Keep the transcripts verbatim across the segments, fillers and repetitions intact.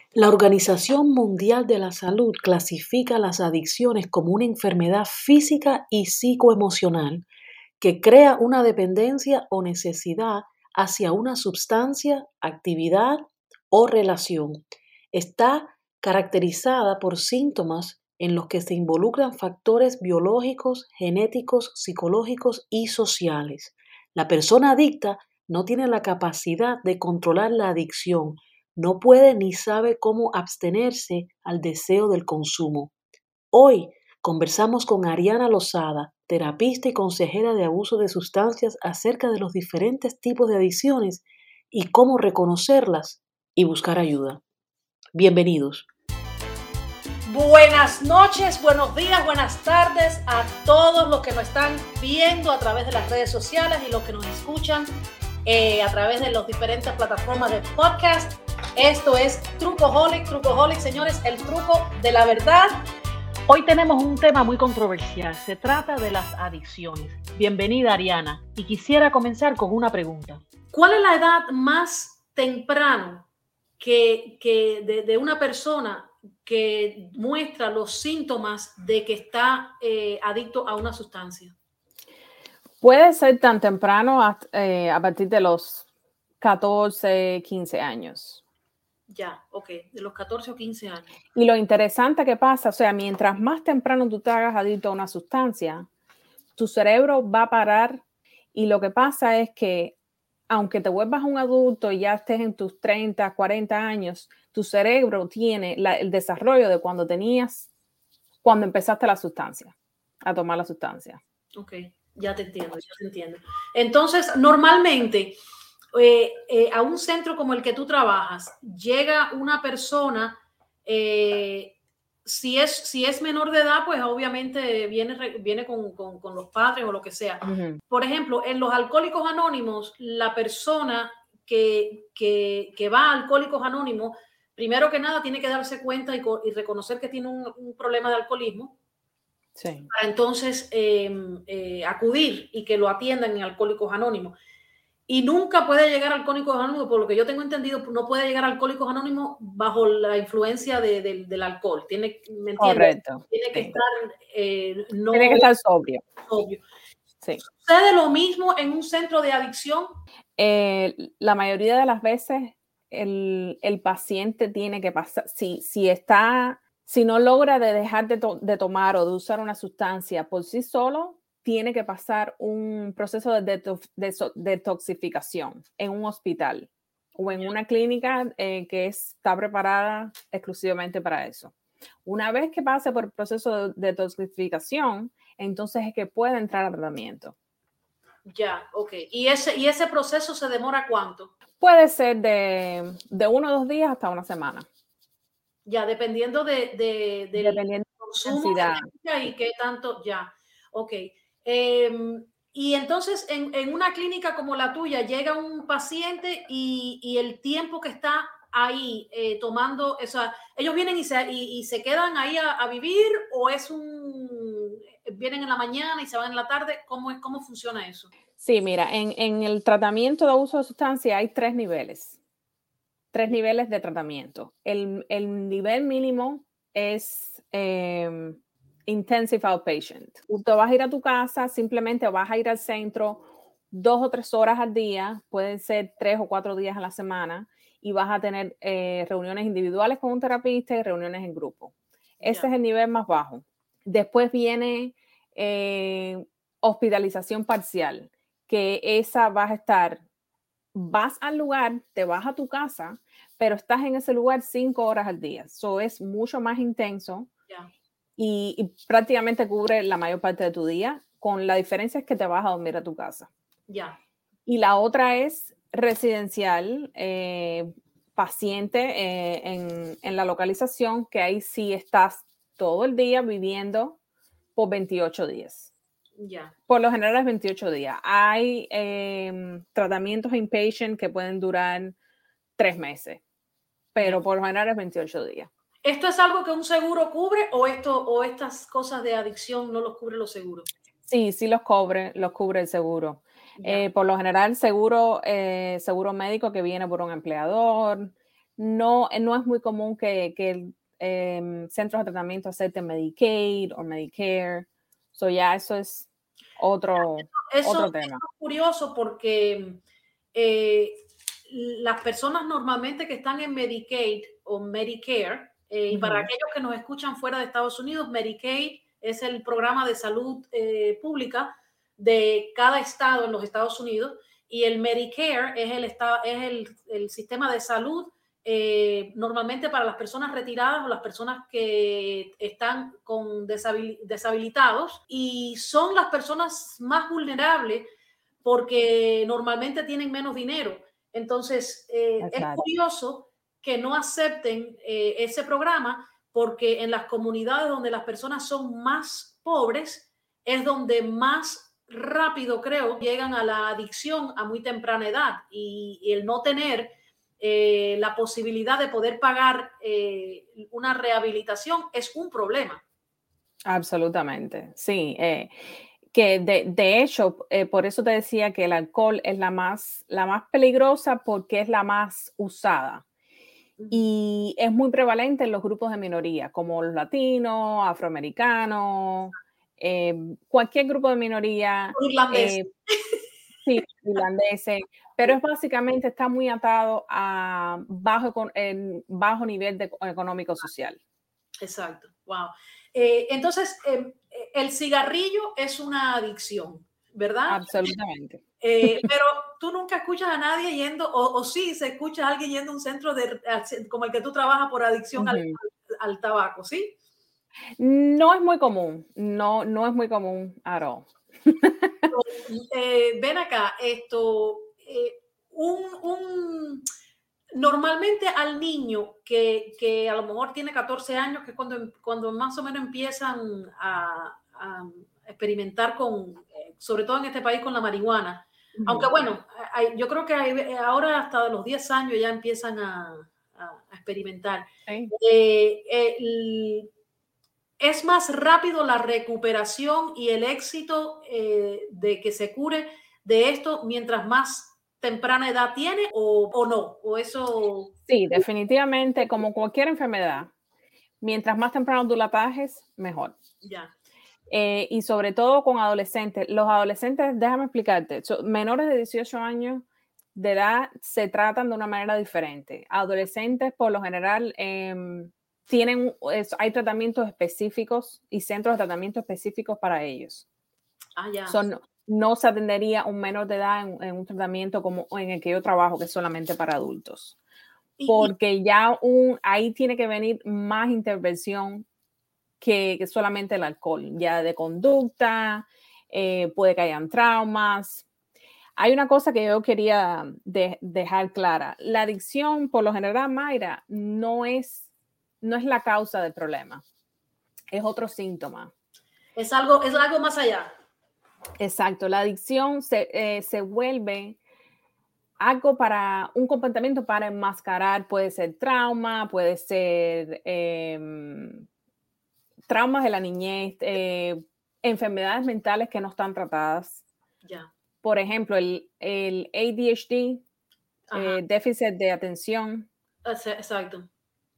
La Organización Mundial de la Salud clasifica las adicciones como una enfermedad física y psicoemocional que crea una dependencia o necesidad hacia una sustancia, actividad o relación. Está caracterizada por síntomas en los que se involucran factores biológicos, genéticos, psicológicos y sociales. La persona adicta no tiene la capacidad de controlar la adicción, no puede ni sabe cómo abstenerse al deseo del consumo. Hoy conversamos con Ariana Lozada, terapista y consejera de abuso de sustancias, acerca de los diferentes tipos de adicciones y cómo reconocerlas y buscar ayuda. Bienvenidos. Buenas noches, buenos días, buenas tardes a todos los que nos están viendo a través de las redes sociales y los que nos escuchan eh, a través de las diferentes plataformas de podcast. Esto es Trucoholic, Trucoholic, señores, el truco de la verdad. Hoy tenemos un tema muy controversial. Se trata de las adicciones. Bienvenida, Ariana. Y quisiera comenzar con una pregunta. ¿Cuál es la edad más temprana que, que de, de una persona que muestra los síntomas de que está eh, adicto a una sustancia? Puede ser tan temprano a, eh, a partir de los catorce, quince años. Ya, ok, de los catorce o quince años. Y lo interesante que pasa, o sea, mientras más temprano tú te hagas adicto a una sustancia, tu cerebro va a parar, y lo que pasa es que aunque te vuelvas un adulto y ya estés en tus treinta, cuarenta años, tu cerebro tiene la, el desarrollo de cuando tenías, cuando empezaste la sustancia, a tomar la sustancia. Ok, ya te entiendo, ya te entiendo. Entonces, normalmente, eh, eh, a un centro como el que tú trabajas, llega una persona, eh, si, es, si es menor de edad, pues obviamente viene, viene con, con, con los padres o lo que sea. Uh-huh. Por ejemplo, en los Alcohólicos Anónimos, la persona que, que, que va a Alcohólicos Anónimos, primero que nada tiene que darse cuenta y, y reconocer que tiene un, un problema de alcoholismo. Sí. Para entonces eh, eh, acudir y que lo atiendan en Alcohólicos Anónimos. Y nunca puede llegar a Alcohólicos Anónimos, por lo que yo tengo entendido, no puede llegar a Alcohólicos Anónimos bajo la influencia de, de, del alcohol. Tiene, ¿me entiendes? Correcto. Tiene que sí. estar eh, no, Tiene que estar sobrio. sobrio. Sí. ¿Sucede lo mismo en un centro de adicción? Eh, la mayoría de las veces el, el paciente tiene que pasar, si, si está, si no logra de dejar de, to, de tomar o de usar una sustancia por sí solo, tiene que pasar un proceso de, detox, de detoxificación en un hospital o en una clínica eh, que está preparada exclusivamente para eso. Una vez que pase por el proceso de detoxificación, entonces es que puede entrar a tratamiento. Ya, ok. ¿Y ese, ¿Y ese proceso se demora cuánto? Puede ser de, de uno o dos días hasta una semana. Ya, dependiendo de, de, del dependiendo consumo de y qué tanto, ya. Ok. Eh, y entonces, en, en una clínica como la tuya, llega un paciente y, y el tiempo que está ahí eh, tomando, o sea, ellos vienen y se, y, y se quedan ahí a, a vivir, o es un, vienen en la mañana y se van en la tarde. ¿Cómo, es, cómo funciona eso? Sí, mira, en, en el tratamiento de abuso de sustancia hay tres niveles. Tres niveles de tratamiento. El, el nivel mínimo es eh, intensive outpatient. Tú vas a ir a tu casa, simplemente vas a ir al centro dos o tres horas al día, pueden ser tres o cuatro días a la semana, y vas a tener eh, reuniones individuales con un terapista y reuniones en grupo. Ese yeah. es el nivel más bajo. Después viene eh, hospitalización parcial, que esa vas a estar, vas al lugar, te vas a tu casa, pero estás en ese lugar cinco horas al día. Eso es mucho más intenso yeah. y, y prácticamente cubre la mayor parte de tu día, con la diferencia es que te vas a dormir a tu casa. Yeah. Y la otra es residencial, eh, paciente eh, en, en la localización, que ahí sí estás todo el día viviendo por veintiocho días. Yeah. Por lo general es veintiocho días. Hay eh, tratamientos inpatient que pueden durar tres meses, pero yeah. por lo general es veintiocho días. ¿Esto es algo que un seguro cubre o, esto, o estas cosas de adicción no los cubre los seguros? Sí, sí los cubre, los cubre el seguro. Yeah. Eh, por lo general, seguro, eh, seguro médico que viene por un empleador, no, no es muy común que, que eh, centros de tratamiento acepten Medicaid o Medicare. So ya eso es otro, Eso, otro eso tema. es curioso porque eh, las personas normalmente que están en Medicaid o Medicare, eh, y para Uh-huh. aquellos que nos escuchan fuera de Estados Unidos, Medicaid es el programa de salud eh, pública de cada estado en los Estados Unidos, y el Medicare es el, estado, es el, el sistema de salud eh, normalmente para las personas retiradas o las personas que están con desabil, deshabilitados, y son las personas más vulnerables porque normalmente tienen menos dinero. Entonces, eh, es curioso que no acepten eh, ese programa, porque en las comunidades donde las personas son más pobres es donde más rápido, creo, llegan a la adicción a muy temprana edad, y, y el no tener eh, la posibilidad de poder pagar eh, una rehabilitación es un problema. Absolutamente, sí. Eh, que de, de hecho, eh, por eso te decía que el alcohol es la más, la más peligrosa porque es la más usada. Uh-huh. Y es muy prevalente en los grupos de minoría, como los latinos, afroamericanos, eh, cualquier grupo de minoría. Irlandés. Eh, sí, irlandeses, pero es básicamente está muy atado a bajo, en bajo nivel de, económico social. Exacto, wow. Eh, entonces, eh, el cigarrillo es una adicción, ¿verdad? Absolutamente. Eh, pero tú nunca escuchas a nadie yendo, o, o sí se escucha a alguien yendo a un centro de, como el que tú trabajas, por adicción uh-huh. al, al, al tabaco, ¿sí? No es muy común, no, no es muy común at all. eh, ven acá, esto, eh, un, un, normalmente al niño que, que a lo mejor tiene catorce años, que es cuando, cuando más o menos empiezan a, a experimentar con, sobre todo en este país, con la marihuana. Uh-huh. Aunque bueno, hay, yo creo que hay, ahora hasta los diez años ya empiezan a, a, a experimentar. Sí. Eh, eh, ¿Es más rápido la recuperación y el éxito eh, de que se cure de esto mientras más temprana edad tiene, o, o no? ¿O eso? Sí, definitivamente, como cualquier enfermedad, mientras más temprano tú la atajes, mejor. Ya. Eh, y sobre todo con adolescentes. Los adolescentes, déjame explicarte, so, menores de dieciocho años de edad se tratan de una manera diferente. Adolescentes, por lo general, eh, tienen, es, hay tratamientos específicos y centros de tratamiento específicos para ellos. Ah, ya. So, no, no se atendería un menor de edad en, en un tratamiento como en el que yo trabajo, que es solamente para adultos. Porque ya un, ahí tiene que venir más intervención que, que solamente el alcohol, ya de conducta, eh, puede que hayan traumas. Hay una cosa que yo quería de, dejar clara. La adicción, por lo general, Mayra, no es, no es la causa del problema. Es otro síntoma. Es algo, es algo más allá. Exacto. La adicción se, eh, se vuelve algo para un comportamiento para enmascarar. Puede ser trauma, puede ser eh, traumas de la niñez, eh, enfermedades mentales que no están tratadas. Ya. Por ejemplo, el, el A D H D, eh, déficit de atención. Exacto.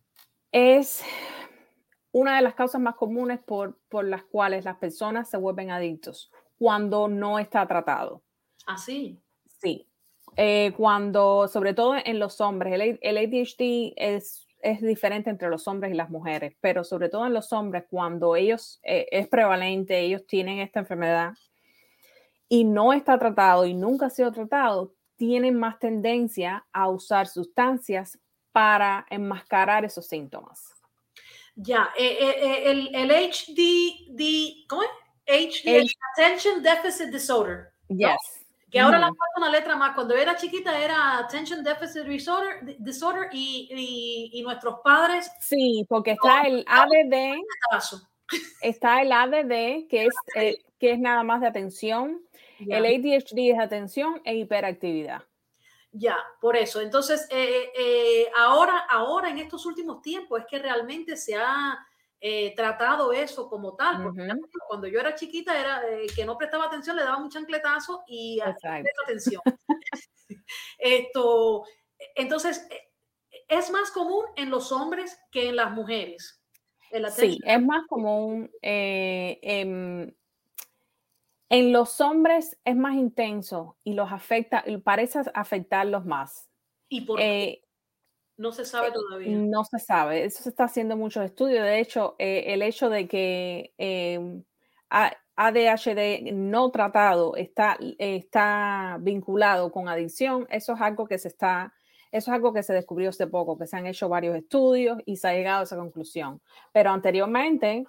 Es una de las causas más comunes por, por las cuales las personas se vuelven adictos cuando no está tratado. ¿Ah, sí? Sí. Eh, cuando, sobre todo en los hombres, el, el A D H D es, es diferente entre los hombres y las mujeres, pero sobre todo en los hombres, cuando ellos, eh, es prevalente, ellos tienen esta enfermedad y no está tratado y nunca ha sido tratado, tienen más tendencia a usar sustancias para enmascarar esos síntomas. Ya, eh, eh, el, el H D D, ¿cómo es? H D, H Attention Deficit Disorder. ¿No? Yes. Que ahora mm. le han puesto una letra más. Cuando era chiquita era Attention Deficit Disorder, disorder y, y, y nuestros padres. Sí, porque está el A D D. Está el A D D, que es, eh, que es nada más de atención. Yeah. El A D H D es atención e hiperactividad. Ya, por eso. Entonces, eh, eh, ahora, ahora en estos últimos tiempos es que realmente se ha eh, tratado eso como tal. Porque uh-huh. cuando yo era chiquita, era eh, que no prestaba atención, le daba un chancletazo y presta atención. Esto, entonces, es más común en los hombres que en las mujeres. Sí, es más común. Eh, en, en los hombres es más intenso y los afecta, parece afectarlos más. ¿Y por qué? Eh, no se sabe todavía. No se sabe. Eso se está haciendo muchos estudios. De hecho, eh, el hecho de que eh, A D H D no tratado está, está vinculado con adicción, eso es algo que se está, eso es algo que se descubrió hace poco, que se han hecho varios estudios y se ha llegado a esa conclusión. Pero anteriormente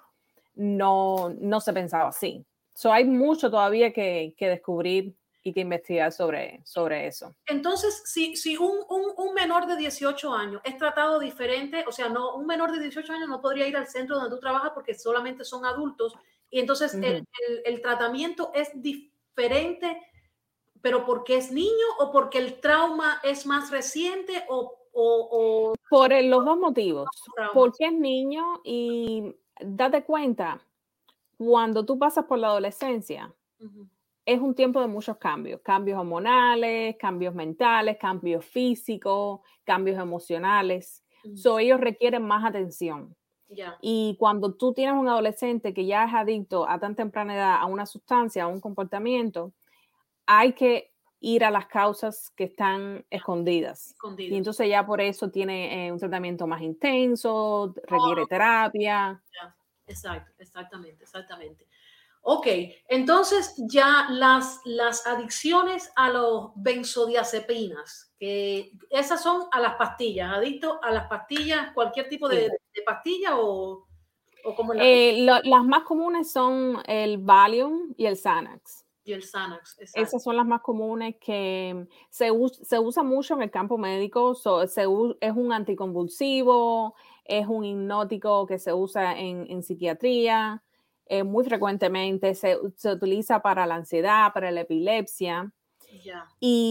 no, no se pensaba así. So, hay mucho todavía que, que descubrir y que investigar sobre, sobre eso. Entonces, si, si un, un, un menor de dieciocho años es tratado diferente, o sea, no, un menor de dieciocho años no podría ir al centro donde tú trabajas porque solamente son adultos, y entonces uh-huh. el, el, el tratamiento es diferente, pero porque es niño o porque el trauma es más reciente o... o, o Por el, los dos motivos. Porque es niño y date cuenta, cuando tú pasas por la adolescencia, uh-huh. es un tiempo de muchos cambios, cambios hormonales, cambios mentales, cambios físicos, cambios emocionales. Uh-huh. So, ellos requieren más atención. Yeah. Y cuando tú tienes un adolescente que ya es adicto a tan temprana edad a una sustancia, a un comportamiento, hay que ir a las causas que están escondidas. escondidas. Y entonces ya por eso tiene eh, un tratamiento más intenso, requiere oh. terapia. Yeah. Exacto, exactamente, exactamente. Ok, entonces ya las, las adicciones a los benzodiazepinas, que esas son a las pastillas, adicto a las pastillas, cualquier tipo de, sí. de pastilla o, o como la... eh, lo, las más comunes son el Valium y el Xanax. Y el Xanax, exacto. Esas son las más comunes que se, us, se usa mucho en el campo médico, so, se, es un anticonvulsivo, es un hipnótico que se usa en, en psiquiatría. Eh, muy frecuentemente se, se utiliza para la ansiedad, para la epilepsia. Yeah.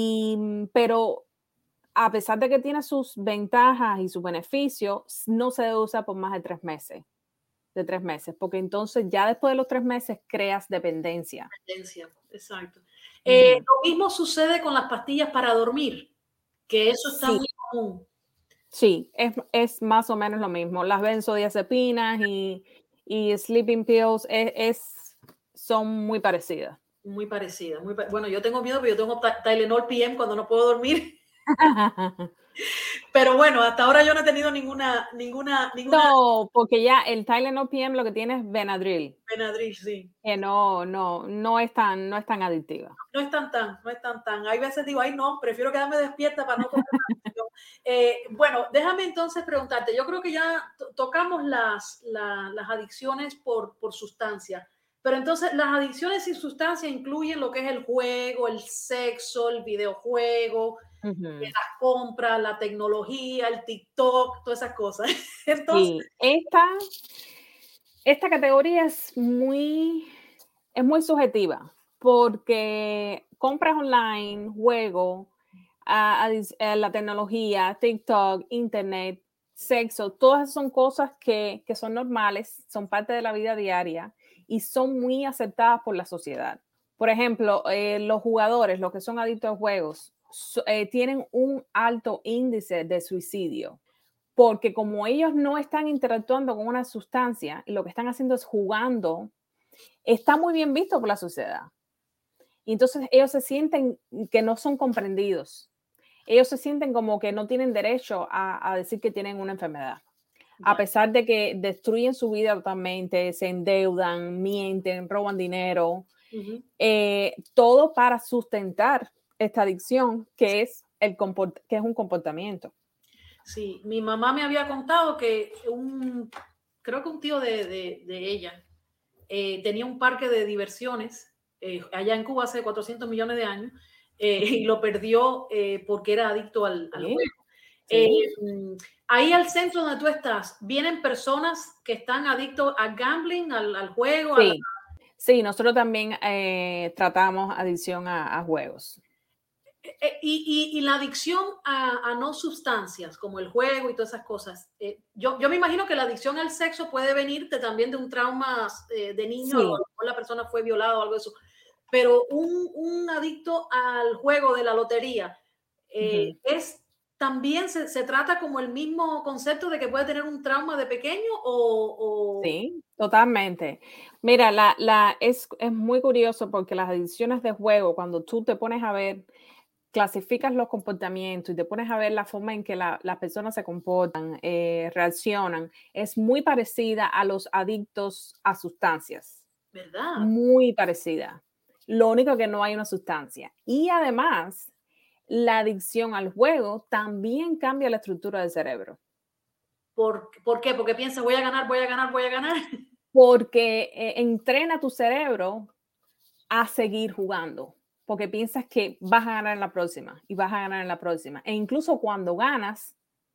Y, pero a pesar de que tiene sus ventajas y sus beneficios, no se debe usar por más de tres meses. De tres meses, porque entonces ya después de los tres meses creas dependencia. Dependencia, exacto. Uh-huh. Eh, lo mismo sucede con las pastillas para dormir, que eso está sí. muy común. Sí, es, es más o menos lo mismo. Las benzodiazepinas y y sleeping pills es, es, son muy parecidas. Muy parecidas. Muy, bueno, yo tengo miedo porque yo tengo Tylenol P M cuando no puedo dormir. Pero bueno, hasta ahora yo no he tenido ninguna, ninguna, ninguna... No, porque ya el Tylenol P M lo que tiene es Benadryl. Benadryl, sí. Que no, no, no es tan, no es tan adictiva. No es tan tan, no es tan tan. Hay veces digo, ay no, prefiero quedarme despierta para no comer eh, Bueno, déjame entonces preguntarte, yo creo que ya tocamos las, la, las adicciones por, por sustancia, pero entonces las adicciones sin sustancia incluyen lo que es el juego, el sexo, el videojuego, uh-huh. las compras, la tecnología, el TikTok, todas esas cosas. Entonces, sí, esta, esta categoría es muy, es muy subjetiva, porque compras online, juego, a, a, a la tecnología, TikTok, internet, sexo, todas son cosas que, que son normales, son parte de la vida diaria y son muy aceptadas por la sociedad. Por ejemplo, eh, los jugadores, los que son adictos a juegos, so, eh, tienen un alto índice de suicidio, porque como ellos no están interactuando con una sustancia y lo que están haciendo es jugando, está muy bien visto por la sociedad. Y entonces ellos se sienten que no son comprendidos. Ellos se sienten como que no tienen derecho a, a decir que tienen una enfermedad. A pesar de que destruyen su vida totalmente, se endeudan, mienten, roban dinero, uh-huh. eh, todo para sustentar esta adicción que es, el comport- que es un comportamiento. Sí, mi mamá me había contado que un, creo que un tío de, de, de ella eh, tenía un parque de diversiones eh, allá en Cuba hace cuatrocientos millones de años eh, y lo perdió eh, porque era adicto al, al sí. juego. Sí. Eh, ahí al centro donde tú estás, ¿vienen personas que están adictos al gambling, al, al juego? Sí. A la... sí, nosotros también eh, tratamos adicción a, a juegos. Y, y, y la adicción a, a no sustancias, como el juego y todas esas cosas, eh, yo, yo me imagino que la adicción al sexo puede venirte también de un trauma eh, de niño, sí. a lo mejor la persona fue violada o algo de eso, pero un, un adicto al juego de la lotería, eh, uh-huh. ¿es también se, se trata como el mismo concepto de que puede tener un trauma de pequeño o... o... Sí, totalmente. Mira, la, la, es, es muy curioso porque las adicciones de juego, cuando tú te pones a ver, clasificas los comportamientos y te pones a ver la forma en que la, las personas se comportan, eh, reaccionan, es muy parecida a los adictos a sustancias. ¿Verdad? Muy parecida. Lo único que no hay una sustancia. Y además, la adicción al juego también cambia la estructura del cerebro. ¿Por, ¿Por qué? Porque piensa, voy a ganar, voy a ganar, voy a ganar. Porque eh, entrena tu cerebro a seguir jugando, porque piensas que vas a ganar en la próxima y vas a ganar en la próxima. E incluso cuando ganas,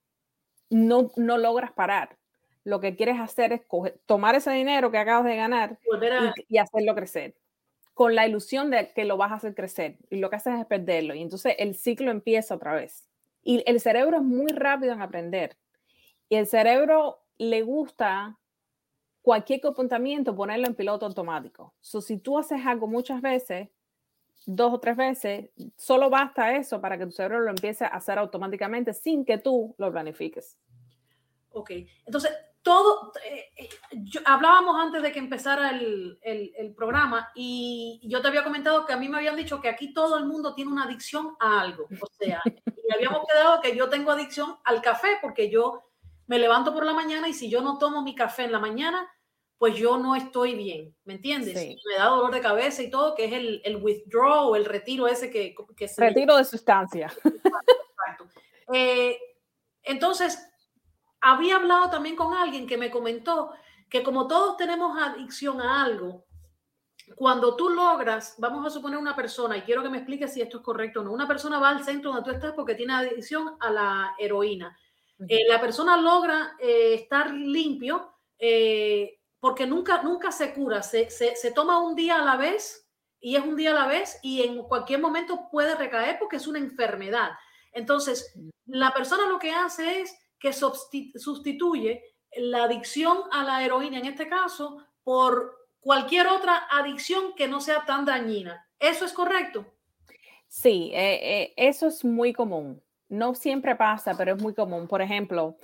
no, no logras parar. Lo que quieres hacer es coger, tomar ese dinero que acabas de ganar a... y, y hacerlo crecer, con la ilusión de que lo vas a hacer crecer. Y lo que haces es perderlo. Y entonces el ciclo empieza otra vez. Y el cerebro es muy rápido en aprender. Y el cerebro le gusta cualquier comportamiento ponerlo en piloto automático. So, si tú haces algo muchas veces, dos o tres veces, solo basta eso para que tu cerebro lo empiece a hacer automáticamente sin que tú lo planifiques. Ok, entonces todo, eh, yo, hablábamos antes de que empezara el, el, el programa y yo te había comentado que a mí me habían dicho que aquí todo el mundo tiene una adicción a algo, o sea, y habíamos quedado que yo tengo adicción al café porque yo me levanto por la mañana y si yo no tomo mi café en la mañana, pues yo no estoy bien, ¿me entiendes? Sí. Me da dolor de cabeza y todo, que es el, el withdraw o el retiro ese que, que se... Retiro de sustancia. Exacto. Eh, entonces, había hablado también con alguien que me comentó que como todos tenemos adicción a algo, cuando tú logras, vamos a suponer una persona, y quiero que me expliques si esto es correcto o no, una persona va al centro donde tú estás porque tiene adicción a la heroína. Uh-huh. Eh, la persona logra eh, estar limpio eh, porque nunca, nunca se cura, se, se, se toma un día a la vez y es un día a la vez y en cualquier momento puede recaer porque es una enfermedad. Entonces, la persona lo que hace es que sustituye la adicción a la heroína, en este caso, por cualquier otra adicción que no sea tan dañina. ¿Eso es correcto? Sí, eh, eh, eso es muy común. No siempre pasa, pero es muy común. Por ejemplo,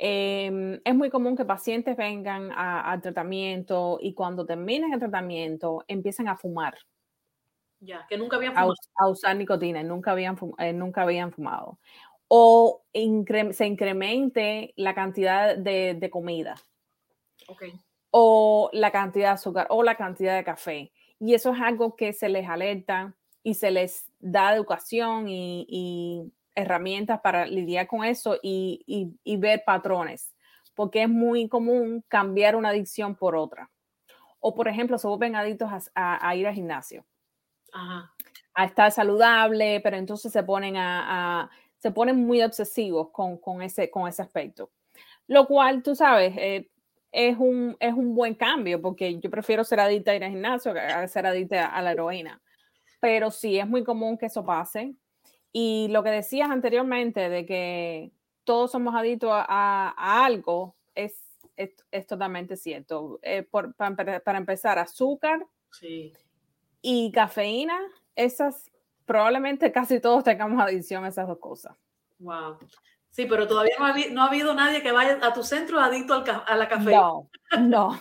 eh, es muy común que pacientes vengan al tratamiento y cuando terminen el tratamiento empiecen a fumar. Ya, que nunca habían fumado. A, a usar nicotina, nunca habían, eh, nunca habían fumado. O incre se incremente la cantidad de, de comida. Okay. O la cantidad de azúcar o la cantidad de café. Y eso es algo que se les alerta y se les da educación y, y herramientas para lidiar con eso y, y, y ver patrones, porque es muy común cambiar una adicción por otra. O, por ejemplo, se vuelven adictos a, a, a ir al gimnasio, Ajá. a estar saludable, pero entonces se ponen, a, a, se ponen muy obsesivos con, con, ese, con ese aspecto. Lo cual, tú sabes, eh, es, un, es un buen cambio, porque yo prefiero ser adicta a ir al gimnasio que a ser adicta a la heroína. Pero sí, es muy común que eso pase. Y lo que decías anteriormente de que todos somos adictos a, a, a algo es, es, es totalmente cierto. Eh, por, para, para empezar, azúcar sí. y cafeína, esas probablemente casi todos tengamos adicción a esas dos cosas. Wow. Sí, pero todavía no ha, habido, no ha habido nadie que vaya a tu centro adicto al, a la cafeína. No, no.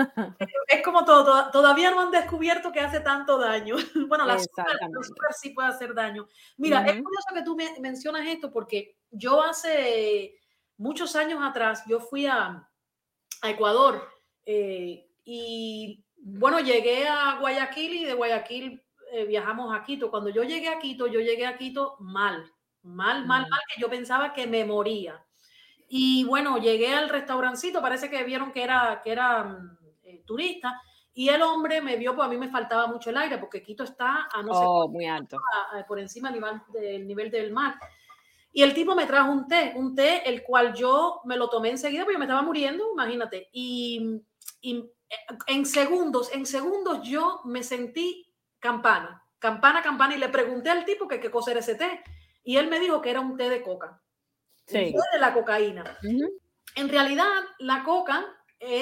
Es como todo, todo, todavía no han descubierto que hace tanto daño. Bueno, la azúcar, la azúcar sí puede hacer daño. Mira, uh-huh. Es curioso que tú me mencionas esto porque yo hace muchos años atrás, yo fui a, a Ecuador eh, y bueno, llegué a Guayaquil y de Guayaquil eh, viajamos a Quito. Cuando yo llegué a Quito, yo llegué a Quito mal, mal, mal, mal, que yo pensaba que me moría. Y bueno, llegué al restaurancito, parece que vieron que era, que era eh, turista, y el hombre me vio, pues a mí me faltaba mucho el aire, porque Quito está a no oh, sé muy alto. A, a, por encima del nivel, del nivel del mar. Y el tipo me trajo un té, un té, el cual yo me lo tomé enseguida, porque yo me estaba muriendo, imagínate. Y, y en segundos, en segundos yo me sentí campana, campana, campana, y le pregunté al tipo que qué cosa era ese té. Y él me dijo que era un té de coca. Sí. De la cocaína. Uh-huh. En realidad, la coca es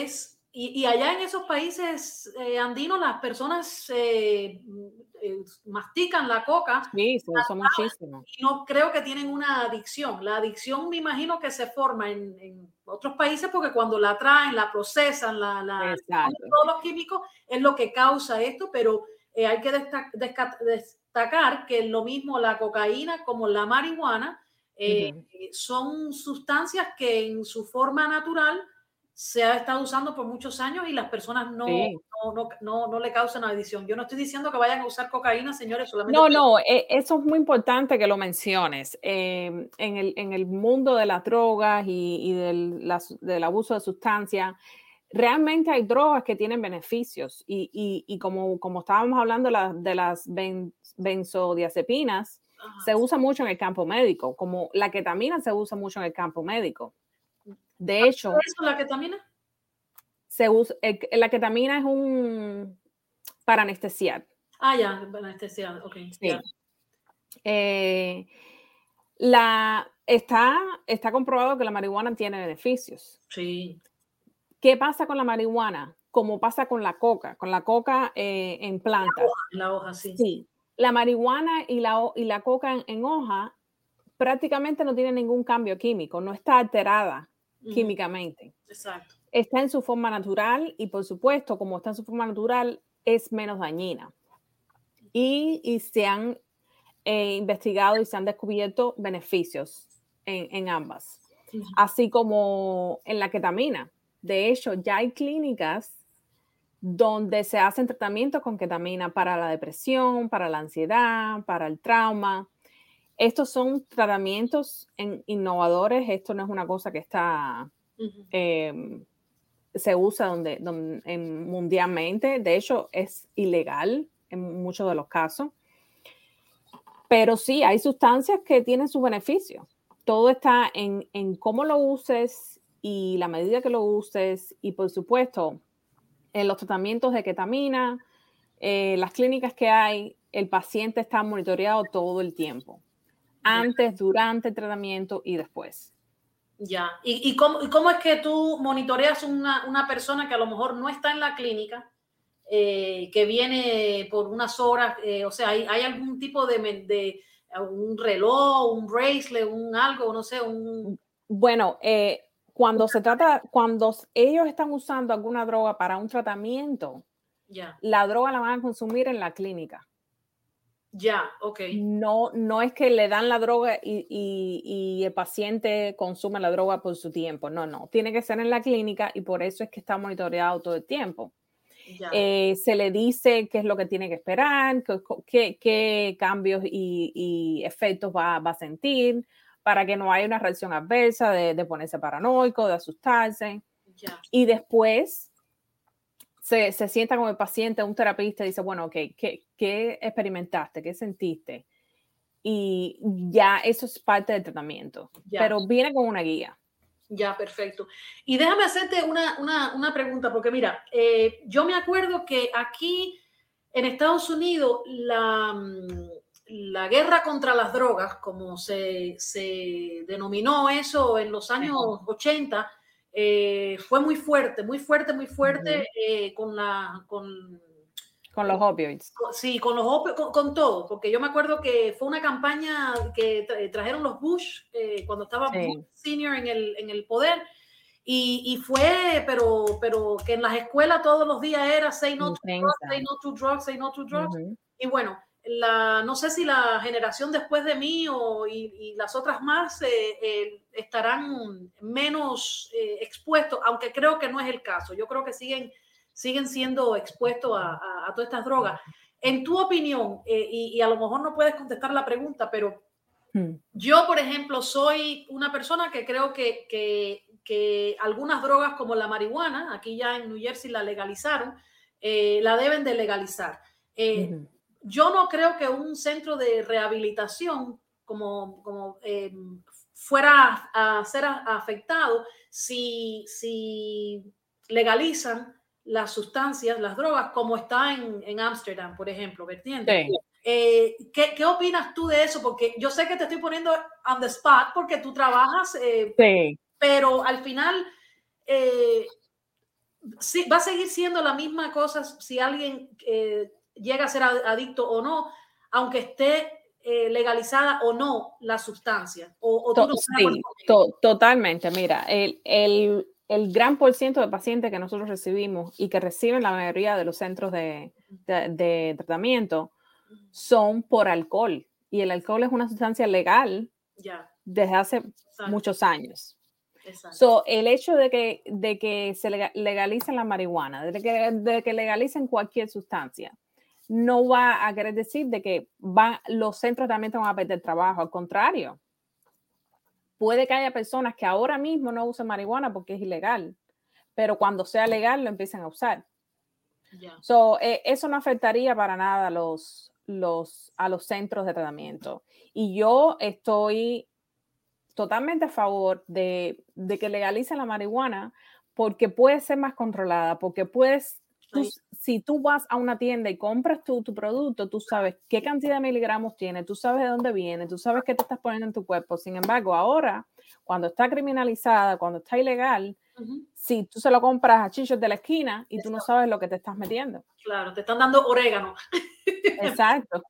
Y, y allá en esos países eh, andinos las personas eh, eh, mastican la coca. Sí, se usa muchísimo. Y no creo que tienen una adicción. La adicción me imagino que se forma en, en otros países porque cuando la traen, la procesan, la, la todos los químicos es lo que causa esto, pero eh, hay que destac destacar que lo mismo la cocaína como la marihuana eh, uh-huh. son sustancias que en su forma natural se ha estado usando por muchos años y las personas no, sí. no, no, no, no le causan adicción. Yo no estoy diciendo que vayan a usar cocaína, señores. Solamente no, no, eh, eso es muy importante que lo menciones. Eh, en, el, en el mundo de las drogas y, y del, las, del abuso de sustancias, realmente hay drogas que tienen beneficios. Y, y, y como, como estábamos hablando la, de las ben, benzodiazepinas, Ajá. se usa mucho en el campo médico, como la ketamina se usa mucho en el campo médico. De hecho, ¿es eso la ketamina? Se usa, el, la ketamina es un para anestesiar. Ah, ya, para anestesiar, ok. Sí. Yeah. Eh, la, está, está comprobado que la marihuana tiene beneficios. Sí. ¿Qué pasa con la marihuana? Como pasa con la coca, con la coca eh, en planta. La hoja, la hoja, sí. Sí. La marihuana y la, y la coca en, en hoja prácticamente no tienen ningún cambio químico, no está alterada uh-huh. químicamente. Exacto. Está en su forma natural y, por supuesto, como está en su forma natural, es menos dañina. Y, y se han eh, investigado y se han descubierto beneficios en, en ambas, uh-huh. así como en la ketamina. De hecho, ya hay clínicas donde se hacen tratamientos con ketamina para la depresión, para la ansiedad, para el trauma. Estos son tratamientos en, innovadores. Esto no es una cosa que está... Uh-huh. eh, se usa donde, donde en, mundialmente. De hecho, es ilegal en muchos de los casos. Pero sí, hay sustancias que tienen sus beneficios. Todo está en, en cómo lo uses y la medida que lo uses. Y, por supuesto, en los tratamientos de ketamina, eh, las clínicas que hay, el paciente está monitoreado todo el tiempo. Antes, durante el tratamiento y después. Ya, ¿y, y, cómo, y cómo es que tú monitoreas una, una persona que a lo mejor no está en la clínica, eh, que viene por unas horas? Eh, o sea, ¿hay, hay algún tipo de, de un reloj, un bracelet, un algo, no sé, un... Bueno, eh, cuando se trata, cuando ellos están usando alguna droga para un tratamiento, ya. la droga la van a consumir en la clínica. Ya, ok. No, no es que le dan la droga y, y, y el paciente consume la droga por su tiempo. No, no. Tiene que ser en la clínica y por eso es que está monitoreado todo el tiempo. Eh, se le dice qué es lo que tiene que esperar, qué, qué, qué cambios y, y efectos va, va a sentir para que no haya una reacción adversa de, de ponerse paranoico, de asustarse. Ya. Y después... Se, se sienta con el paciente, un terapeuta, y dice, bueno, ok, ¿qué, qué experimentaste? ¿Qué sentiste? Y ya eso es parte del tratamiento, ya. Pero viene con una guía. Ya, perfecto. Y déjame hacerte una, una, una pregunta, porque mira, eh, yo me acuerdo que aquí en Estados Unidos la, la guerra contra las drogas, como se, se denominó eso en los años ochenta, Eh, fue muy fuerte, muy fuerte, muy fuerte uh-huh. eh, con la con, con los opioides. Con, sí, con los opioides, con, con todo, porque yo me acuerdo que fue una campaña que tra trajeron los Bush eh, cuando estaba sí. Bush Senior en el, en el poder y, y fue, pero, pero que en las escuelas todos los días era say no to drugs, say no to drugs, say no to drugs. Uh-huh. Y bueno, la, no sé si la generación después de mí o, y, y las otras más eh, eh, estarán menos eh, expuestos, aunque creo que no es el caso. Yo creo que siguen, siguen siendo expuestos a, a, a todas estas drogas. En tu opinión, eh, y, y a lo mejor no puedes contestar la pregunta, pero hmm. yo, por ejemplo, soy una persona que creo que, que, que algunas drogas como la marihuana, aquí ya en New Jersey la legalizaron, eh, la deben de legalizar. Eh, uh-huh. Yo no creo que un centro de rehabilitación como, como eh, fuera a, a ser a, a afectado si, si legalizan las sustancias, las drogas, como está en, en Ámsterdam, por ejemplo, ¿vertiente? Sí. Eh, ¿qué, ¿Qué opinas tú de eso? Porque yo sé que te estoy poniendo on the spot porque tú trabajas, eh, sí. pero al final... Eh, sí, va a seguir siendo la misma cosa si alguien eh, llega a ser adicto o no, aunque esté eh, legalizada o no la sustancia. O, o tú To no sí, to totalmente. Mira, el, el, el gran por ciento de pacientes que nosotros recibimos y que reciben la mayoría de los centros de, de, de tratamiento son por alcohol. Y el alcohol es una sustancia legal ya. desde hace Exacto. muchos años. Exacto. So, el hecho de que, de que se legalicen la marihuana, de que, de que legalicen cualquier sustancia, no va a querer decir de que van, los centros también van a perder trabajo. Al contrario, puede que haya personas que ahora mismo no usen marihuana porque es ilegal, pero cuando sea legal lo empiecen a usar. Yeah. So, eh, eso no afectaría para nada a los, los, a los centros de tratamiento. Y yo estoy totalmente a favor de, de que legalicen la marihuana porque puede ser más controlada, porque puedes, tú, si tú vas a una tienda y compras tu, tu producto, tú sabes qué cantidad de miligramos tiene, tú sabes de dónde viene, tú sabes qué te estás poniendo en tu cuerpo. Sin embargo, ahora, cuando está criminalizada, cuando está ilegal, uh-huh. si tú se lo compras a chichos de la esquina y tú no sabes lo que te estás metiendo. Claro, te están dando orégano. Exacto.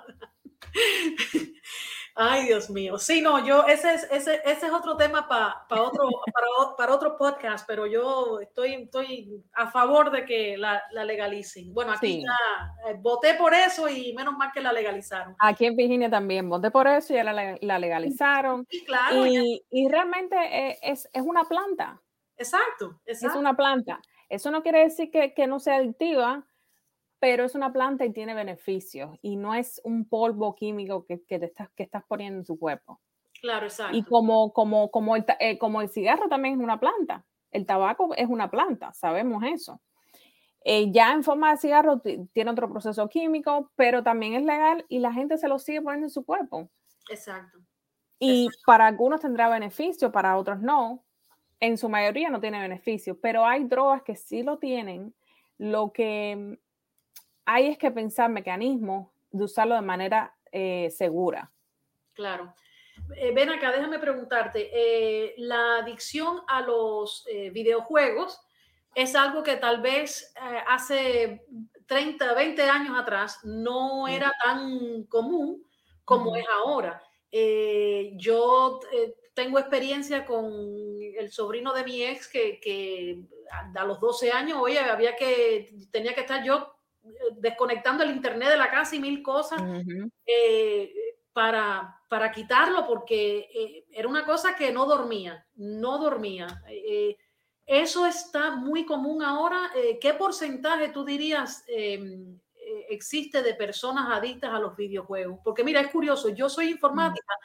Ay, Dios mío. Sí, no, yo, ese es, ese, ese es otro tema pa, pa otro, para, para otro podcast, pero yo estoy, estoy a favor de que la, la legalicen. Bueno, aquí sí. ya eh, voté por eso y menos mal que la legalizaron. Aquí en Virginia también voté por eso y ya la, la legalizaron. Sí, claro. Y, y realmente es, es una planta. Exacto, exacto. Es una planta. Eso no quiere decir que, que no sea adictiva, pero es una planta y tiene beneficios y no es un polvo químico que, que, te estás, que estás poniendo en tu cuerpo. Claro, exacto. Y como, como, como, el, eh, como el cigarro también es una planta, el tabaco es una planta, sabemos eso. Eh, ya en forma de cigarro tiene otro proceso químico, pero también es legal y la gente se lo sigue poniendo en su cuerpo. Exacto. Y Exacto. para algunos tendrá beneficio, para otros no. En su mayoría no tiene beneficio, pero hay drogas que sí lo tienen. Lo que hay es que pensar mecanismos de usarlo de manera eh, segura. Claro. Eh, ven acá, déjame preguntarte, eh, la adicción a los eh, videojuegos es algo que tal vez eh, hace treinta, veinte años atrás no era tan común como uh-huh. es ahora. Eh, yo eh, tengo experiencia con el sobrino de mi ex que, que a los doce años, oye, había que, tenía que estar yo desconectando el internet de la casa y mil cosas. Uh-huh. eh, Para, para quitarlo porque eh, era una cosa que no dormía, no dormía. Eh, eso está muy común ahora. Eh, ¿Qué porcentaje tú dirías eh, eh, existe de personas adictas a los videojuegos? Porque mira, es curioso, yo soy informática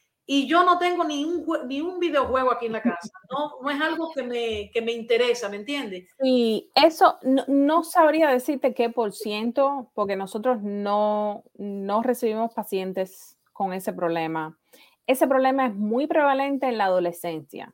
y yo no tengo ni un, ni un videojuego aquí en la casa. No, no es algo que me, que me interesa, ¿me entiendes? Sí, eso no, no sabría decirte qué por ciento, porque nosotros no, no recibimos pacientes con ese problema. Ese problema es muy prevalente en la adolescencia.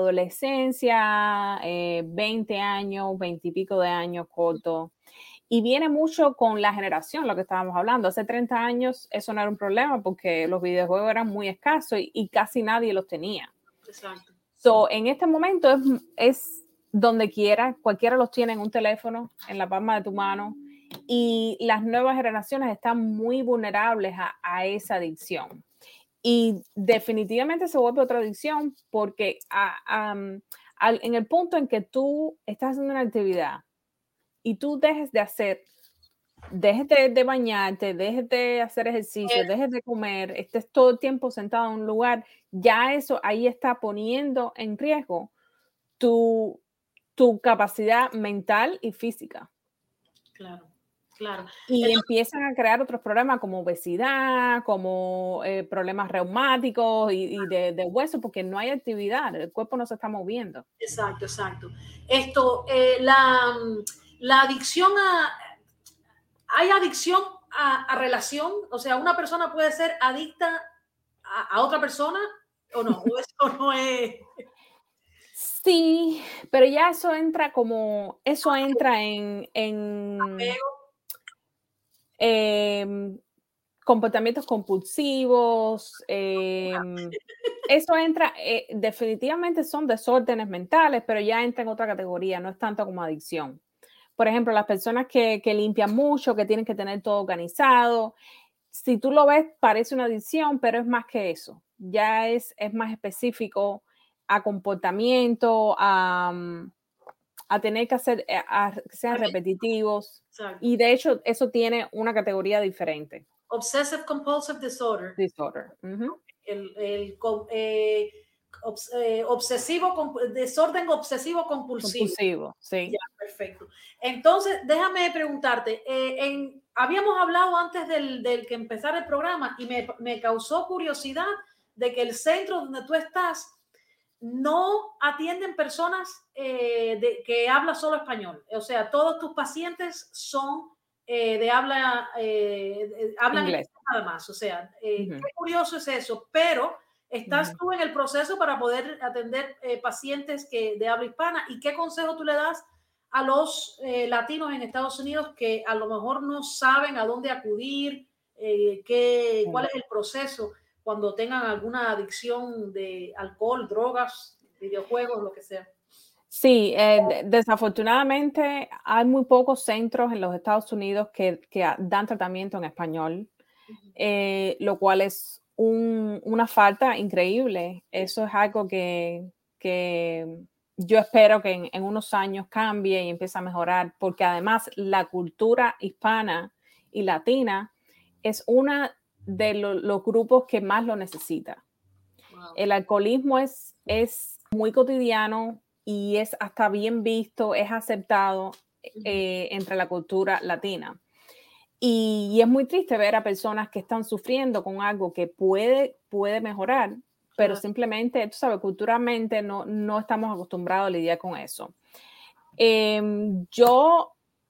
Adolescencia, eh, veinte años, veinte y pico de años, corto. Y viene mucho con la generación, lo que estábamos hablando. Hace treinta años eso no era un problema porque los videojuegos eran muy escasos y, y casi nadie los tenía. Exacto. So, en este momento es, es donde quiera, cualquiera los tiene en un teléfono, en la palma de tu mano, y las nuevas generaciones están muy vulnerables a, a esa adicción. Y definitivamente se vuelve otra adicción porque a, a, a, en el punto en que tú estás haciendo una actividad y tú dejes de hacer, dejes de, de bañarte, dejes de hacer ejercicio, eh, dejes de comer, estés todo el tiempo sentado en un lugar, ya eso ahí está poniendo en riesgo tu, tu capacidad mental y física. Claro. Claro. Y Entonces, empiezan a crear otros problemas como obesidad, como eh, problemas reumáticos y, y de, de hueso, porque no hay actividad, el cuerpo no se está moviendo. Exacto, exacto. Esto, eh, la, la adicción a... ¿Hay adicción a, a relación? O sea, ¿una persona puede ser adicta a, a otra persona o no? ¿O eso no es...? Sí, pero ya eso entra como, eso entra en, en eh, comportamientos compulsivos, eh, eso entra, eh, definitivamente son desórdenes mentales, pero ya entra en otra categoría, no es tanto como adicción. Por ejemplo, las personas que, que limpian mucho, que tienen que tener todo organizado, si tú lo ves, parece una adicción, pero es más que eso. Ya es, es más específico a comportamiento, a, a tener que hacer, a, a que sean repetitivos. Exacto. Y de hecho, eso tiene una categoría diferente. Obsessive Compulsive Disorder. Disorder. Uh-huh. El, el eh, obs, eh, obsesivo, desorden obsesivo compulsivo. Compulsivo, sí. Ya, perfecto. Entonces, déjame preguntarte, eh, en, habíamos hablado antes del, del que empezara el programa y me, me causó curiosidad de que el centro donde tú estás no atienden personas eh, de, que hablan solo español. O sea, todos tus pacientes son eh, de habla, eh, hablan inglés nada más. O sea, eh, uh-huh. Qué curioso es eso, pero estás uh-huh. tú en el proceso para poder atender eh, pacientes que, de habla hispana. ¿Y qué consejo tú le das a los eh, latinos en Estados Unidos que a lo mejor no saben a dónde acudir, eh, qué, uh-huh. cuál es el proceso cuando tengan alguna adicción de alcohol, drogas, videojuegos, lo que sea? Sí, eh, desafortunadamente hay muy pocos centros en los Estados Unidos que, que dan tratamiento en español, uh-huh. eh, lo cual es un, una falta increíble. Eso es algo que, que yo espero que en, en unos años cambie y empiece a mejorar, porque además la cultura hispana y latina es una de lo, los grupos que más lo necesita. Wow. El alcoholismo es, es muy cotidiano y es hasta bien visto, es aceptado uh-huh. eh, entre la cultura latina. Y, y es muy triste ver a personas que están sufriendo con algo que puede, puede mejorar, pero uh-huh. simplemente, tú sabes, culturalmente no, no estamos acostumbrados a lidiar con eso. Eh, yo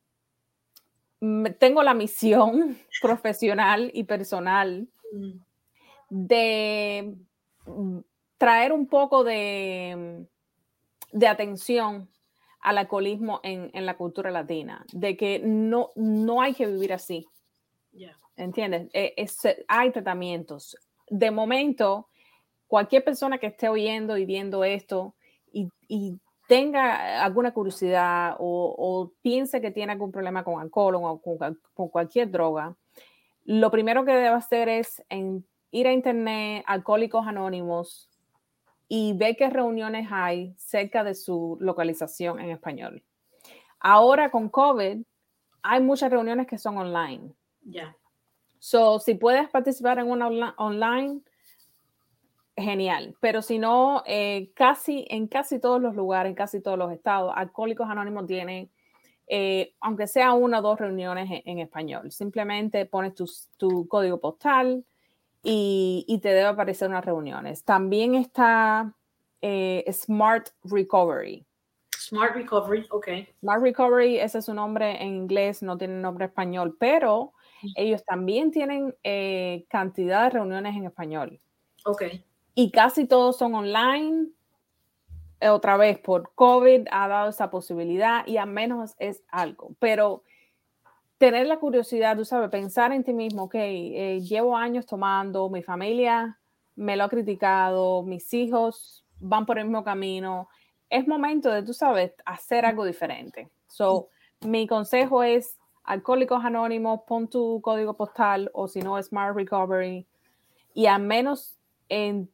tengo la misión profesional y personal de traer un poco de, de atención al alcoholismo en, en la cultura latina, de que no, no hay que vivir así. Yeah. ¿Entiendes? Es, es, hay tratamientos. De momento, cualquier persona que esté oyendo y viendo esto y, y tenga alguna curiosidad o, o piense que tiene algún problema con alcohol o con, con cualquier droga, lo primero que debe hacer es en, ir a internet, Alcohólicos Anónimos, y ver qué reuniones hay cerca de su localización en español. Ahora con COVID hay muchas reuniones que son online. Ya. Yeah. So, si puedes participar en una on- online, genial, pero si no, eh, casi, en casi todos los lugares, en casi todos los estados, Alcohólicos Anónimos tiene, eh, aunque sea una o dos reuniones en, en español. Simplemente pones tu, tu código postal y, y te debe aparecer unas reuniones. También está eh, Smart Recovery. Smart Recovery, ok. Smart Recovery, ese es su nombre en inglés, no tiene nombre español, pero mm. ellos también tienen eh, cantidad de reuniones en español. Ok. Y casi todos son online. Otra vez, por COVID ha dado esa posibilidad y al menos es algo. Pero tener la curiosidad, tú sabes, pensar en ti mismo, ok, eh, llevo años tomando, mi familia me lo ha criticado, mis hijos van por el mismo camino. Es momento de, tú sabes, hacer algo diferente. So, mi consejo es Alcohólicos Anónimos, pon tu código postal o si no, Smart Recovery y al menos en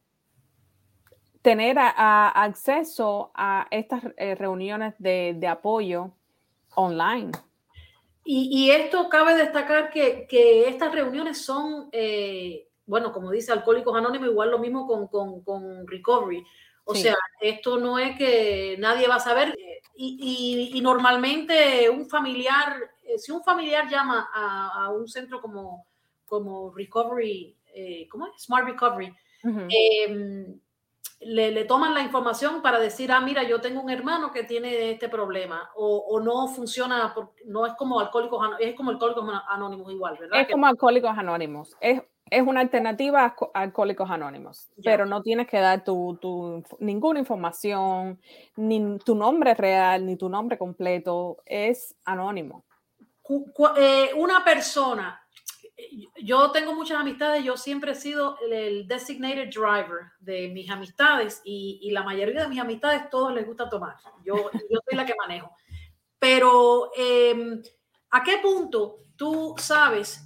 tener a, a acceso a estas eh, reuniones de, de apoyo online. Y, y esto cabe destacar que, que estas reuniones son, eh, bueno, como dice Alcohólicos Anónimos, igual lo mismo con, con, con Recovery. O sí. sea, esto no es que nadie va a saber. Y, y, y normalmente un familiar, si un familiar llama a, a un centro como, como Recovery, eh, ¿cómo es? Smart Recovery, uh-huh. eh, Le, le toman la información para decir, ah, mira, yo tengo un hermano que tiene este problema, o, o no funciona, por, no es como Alcohólicos Anónimos, es como Alcohólicos Anónimos igual, ¿verdad? Es como Alcohólicos Anónimos, es, es una alternativa a Alcohólicos Anónimos, ya. Pero no tienes que dar tu, tu, ninguna información, ni tu nombre real, ni tu nombre completo, es anónimo. Cu, cu, eh, una persona yo tengo muchas amistades, yo siempre he sido el, el designated driver de mis amistades y, y la mayoría de mis amistades todos les gusta tomar. Yo, yo soy la que manejo. Pero, eh, ¿a qué punto tú sabes?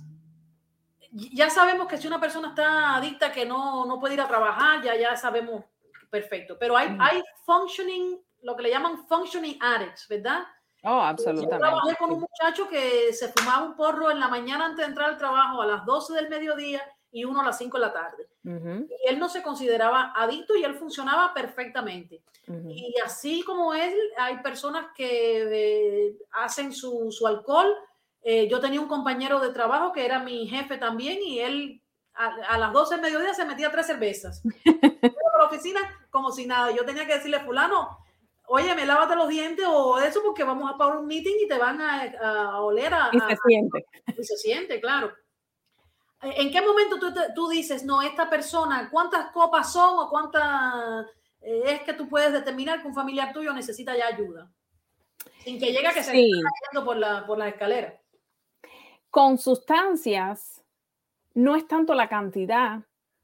Ya sabemos que si una persona está adicta que no, no puede ir a trabajar, ya, ya sabemos perfecto. Pero hay, mm. hay functioning, lo que le llaman functioning addicts, ¿verdad? Oh, absolutamente. Yo trabajé con un muchacho que se fumaba un porro en la mañana antes de entrar al trabajo a las doce del mediodía y uno a las cinco de la tarde. Uh-huh. Y él no se consideraba adicto y él funcionaba perfectamente. Uh-huh. Y así como él, hay personas que eh, hacen su, su alcohol. Eh, yo tenía un compañero de trabajo que era mi jefe también y él a, a las doce del mediodía se metía tres cervezas. A la oficina como si nada. Yo tenía que decirle, fulano, oye, me lávate los dientes o eso porque vamos a pagar un meeting y te van a, a, a oler a... Y se a, siente. Y se siente, claro. ¿En qué momento tú, tú dices, no, esta persona, cuántas copas son o cuántas eh, es que tú puedes determinar que un familiar tuyo necesita ya ayuda? Sin que llegue a que sí. se esté cayendo por la, por la escalera. Con sustancias, no es tanto la cantidad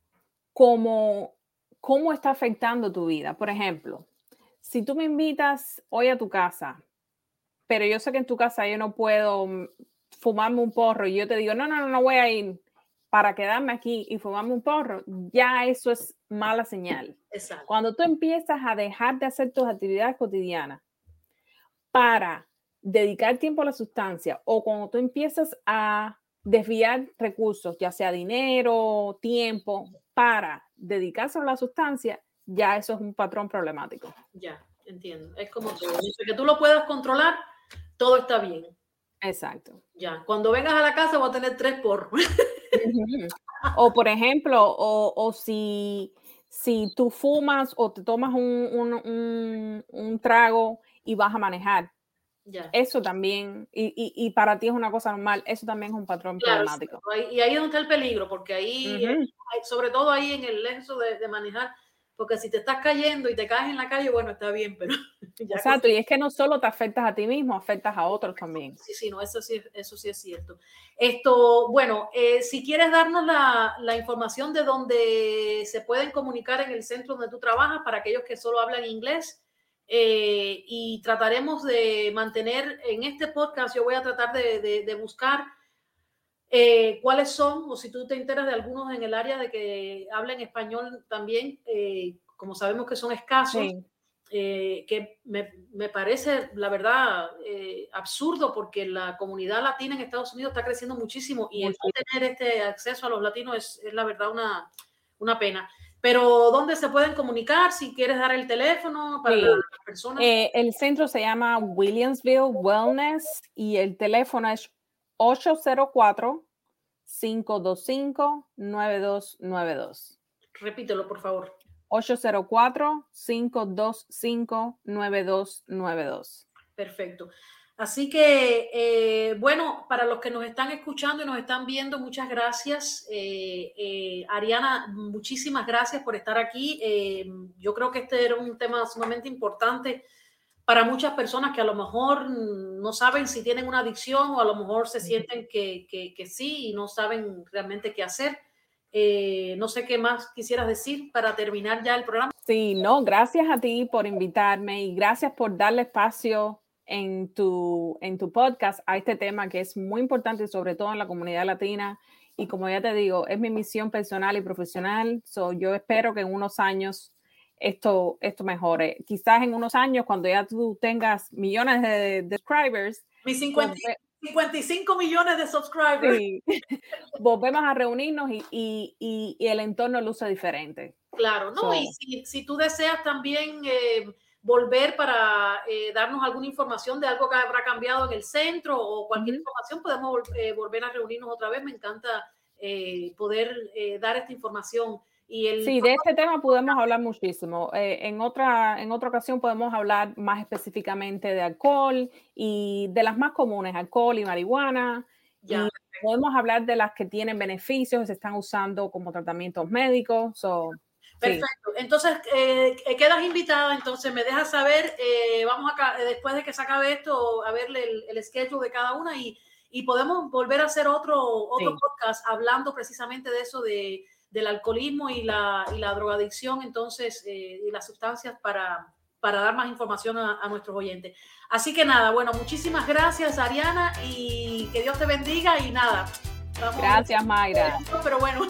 como cómo está afectando tu vida. Por ejemplo, si tú me invitas hoy a tu casa, pero yo sé que en tu casa yo no puedo fumarme un porro y yo te digo, no, no, no, no voy a ir para quedarme aquí y fumarme un porro, ya eso es mala señal. Exacto. Cuando tú empiezas a dejar de hacer tus actividades cotidianas para dedicar tiempo a la sustancia o cuando tú empiezas a desviar recursos, ya sea dinero, tiempo, para dedicarse a la sustancia, ya eso es un patrón problemático. Ya, entiendo. Es como todo. Desde que tú lo puedas controlar, todo está bien. Exacto. Ya, cuando vengas a la casa voy a tener tres porros. Uh-huh. O por ejemplo, o, o si, si tú fumas o te tomas un, un, un, un trago y vas a manejar. Ya. Eso también, y, y, y para ti es una cosa normal, eso también es un patrón claro, problemático. Sí. Y ahí es donde está el peligro, porque ahí, uh-huh. hay, sobre todo ahí en el eso de, de manejar, porque si te estás cayendo y te caes en la calle, bueno, está bien, pero... Ya Exacto, que... y es que no solo te afectas a ti mismo, afectas a otros también. Sí, sí, no, eso sí, eso sí es cierto. Esto, bueno, eh, si quieres darnos la, la información de dónde se pueden comunicar en el centro donde tú trabajas, para aquellos que solo hablan inglés, Eh, y trataremos de mantener en este podcast, yo voy a tratar de, de, de buscar eh, cuáles son, o si tú te enteras de algunos en el área de que hablen español también, eh, como sabemos que son escasos, sí. eh, que me, me parece, la verdad, eh, absurdo porque la comunidad latina en Estados Unidos está creciendo muchísimo y el no tener este acceso a los latinos es, es la verdad una, una pena. Pero, ¿dónde se pueden comunicar? Si quieres dar el teléfono para sí. las personas. Eh, el centro se llama Williamsville Wellness y el teléfono es ocho cero cuatro, cinco dos cinco, nueve dos nueve dos. Repítelo, por favor. ocho cero cuatro, cinco dos cinco, nueve dos nueve dos. Perfecto. Así que, eh, bueno, para los que nos están escuchando y nos están viendo, muchas gracias. Eh, eh, Ariana, muchísimas gracias por estar aquí. Eh, yo creo que este era un tema sumamente importante para muchas personas que a lo mejor no saben si tienen una adicción o a lo mejor se sienten que, que, que sí y no saben realmente qué hacer. Eh, no sé qué más quisieras decir para terminar ya el programa. Sí, no, gracias a ti por invitarme y gracias por darle espacio en tu, en tu podcast a este tema que es muy importante, sobre todo en la comunidad latina. Y como ya te digo, es mi misión personal y profesional. So, yo espero que en unos años esto, esto mejore. Quizás en unos años, cuando ya tú tengas millones de, de subscribers. Mis cincuenta, cincuenta y cinco millones de subscribers. Sí, volvemos a reunirnos y, y, y, y el entorno luce diferente. Claro, ¿no? So, y si, si tú deseas también... Eh, volver para eh, darnos alguna información de algo que habrá cambiado en el centro o cualquier uh-huh. información, podemos eh, volver a reunirnos otra vez. Me encanta eh, poder eh, dar esta información. Y el... Sí, de este tema podemos hablar muchísimo. Eh, en, otra, en otra ocasión podemos hablar más específicamente de alcohol y de las más comunes, alcohol y marihuana. Ya. Y podemos hablar de las que tienen beneficios, se están usando como tratamientos médicos. So, Perfecto. Sí. Entonces, eh, quedas invitada, entonces me dejas saber, eh, vamos acá, después de que se acabe esto, a ver el, el schedule de cada una y, y podemos volver a hacer otro, otro Sí. podcast hablando precisamente de eso, de, del alcoholismo y la, y la drogadicción, entonces, eh, y las sustancias para, para dar más información a, a nuestros oyentes. Así que nada, bueno, muchísimas gracias, Ariana, y que Dios te bendiga y nada. Vamos Gracias, Mayra. Pero bueno.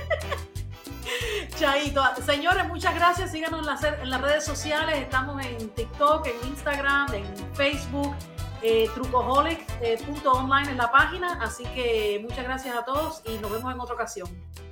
Chaito. Señores, muchas gracias. Síganos en las, en las redes sociales. Estamos en TikTok, en Instagram, en Facebook, eh, trucoholic punto online en la página. Así que muchas gracias a todos y nos vemos en otra ocasión.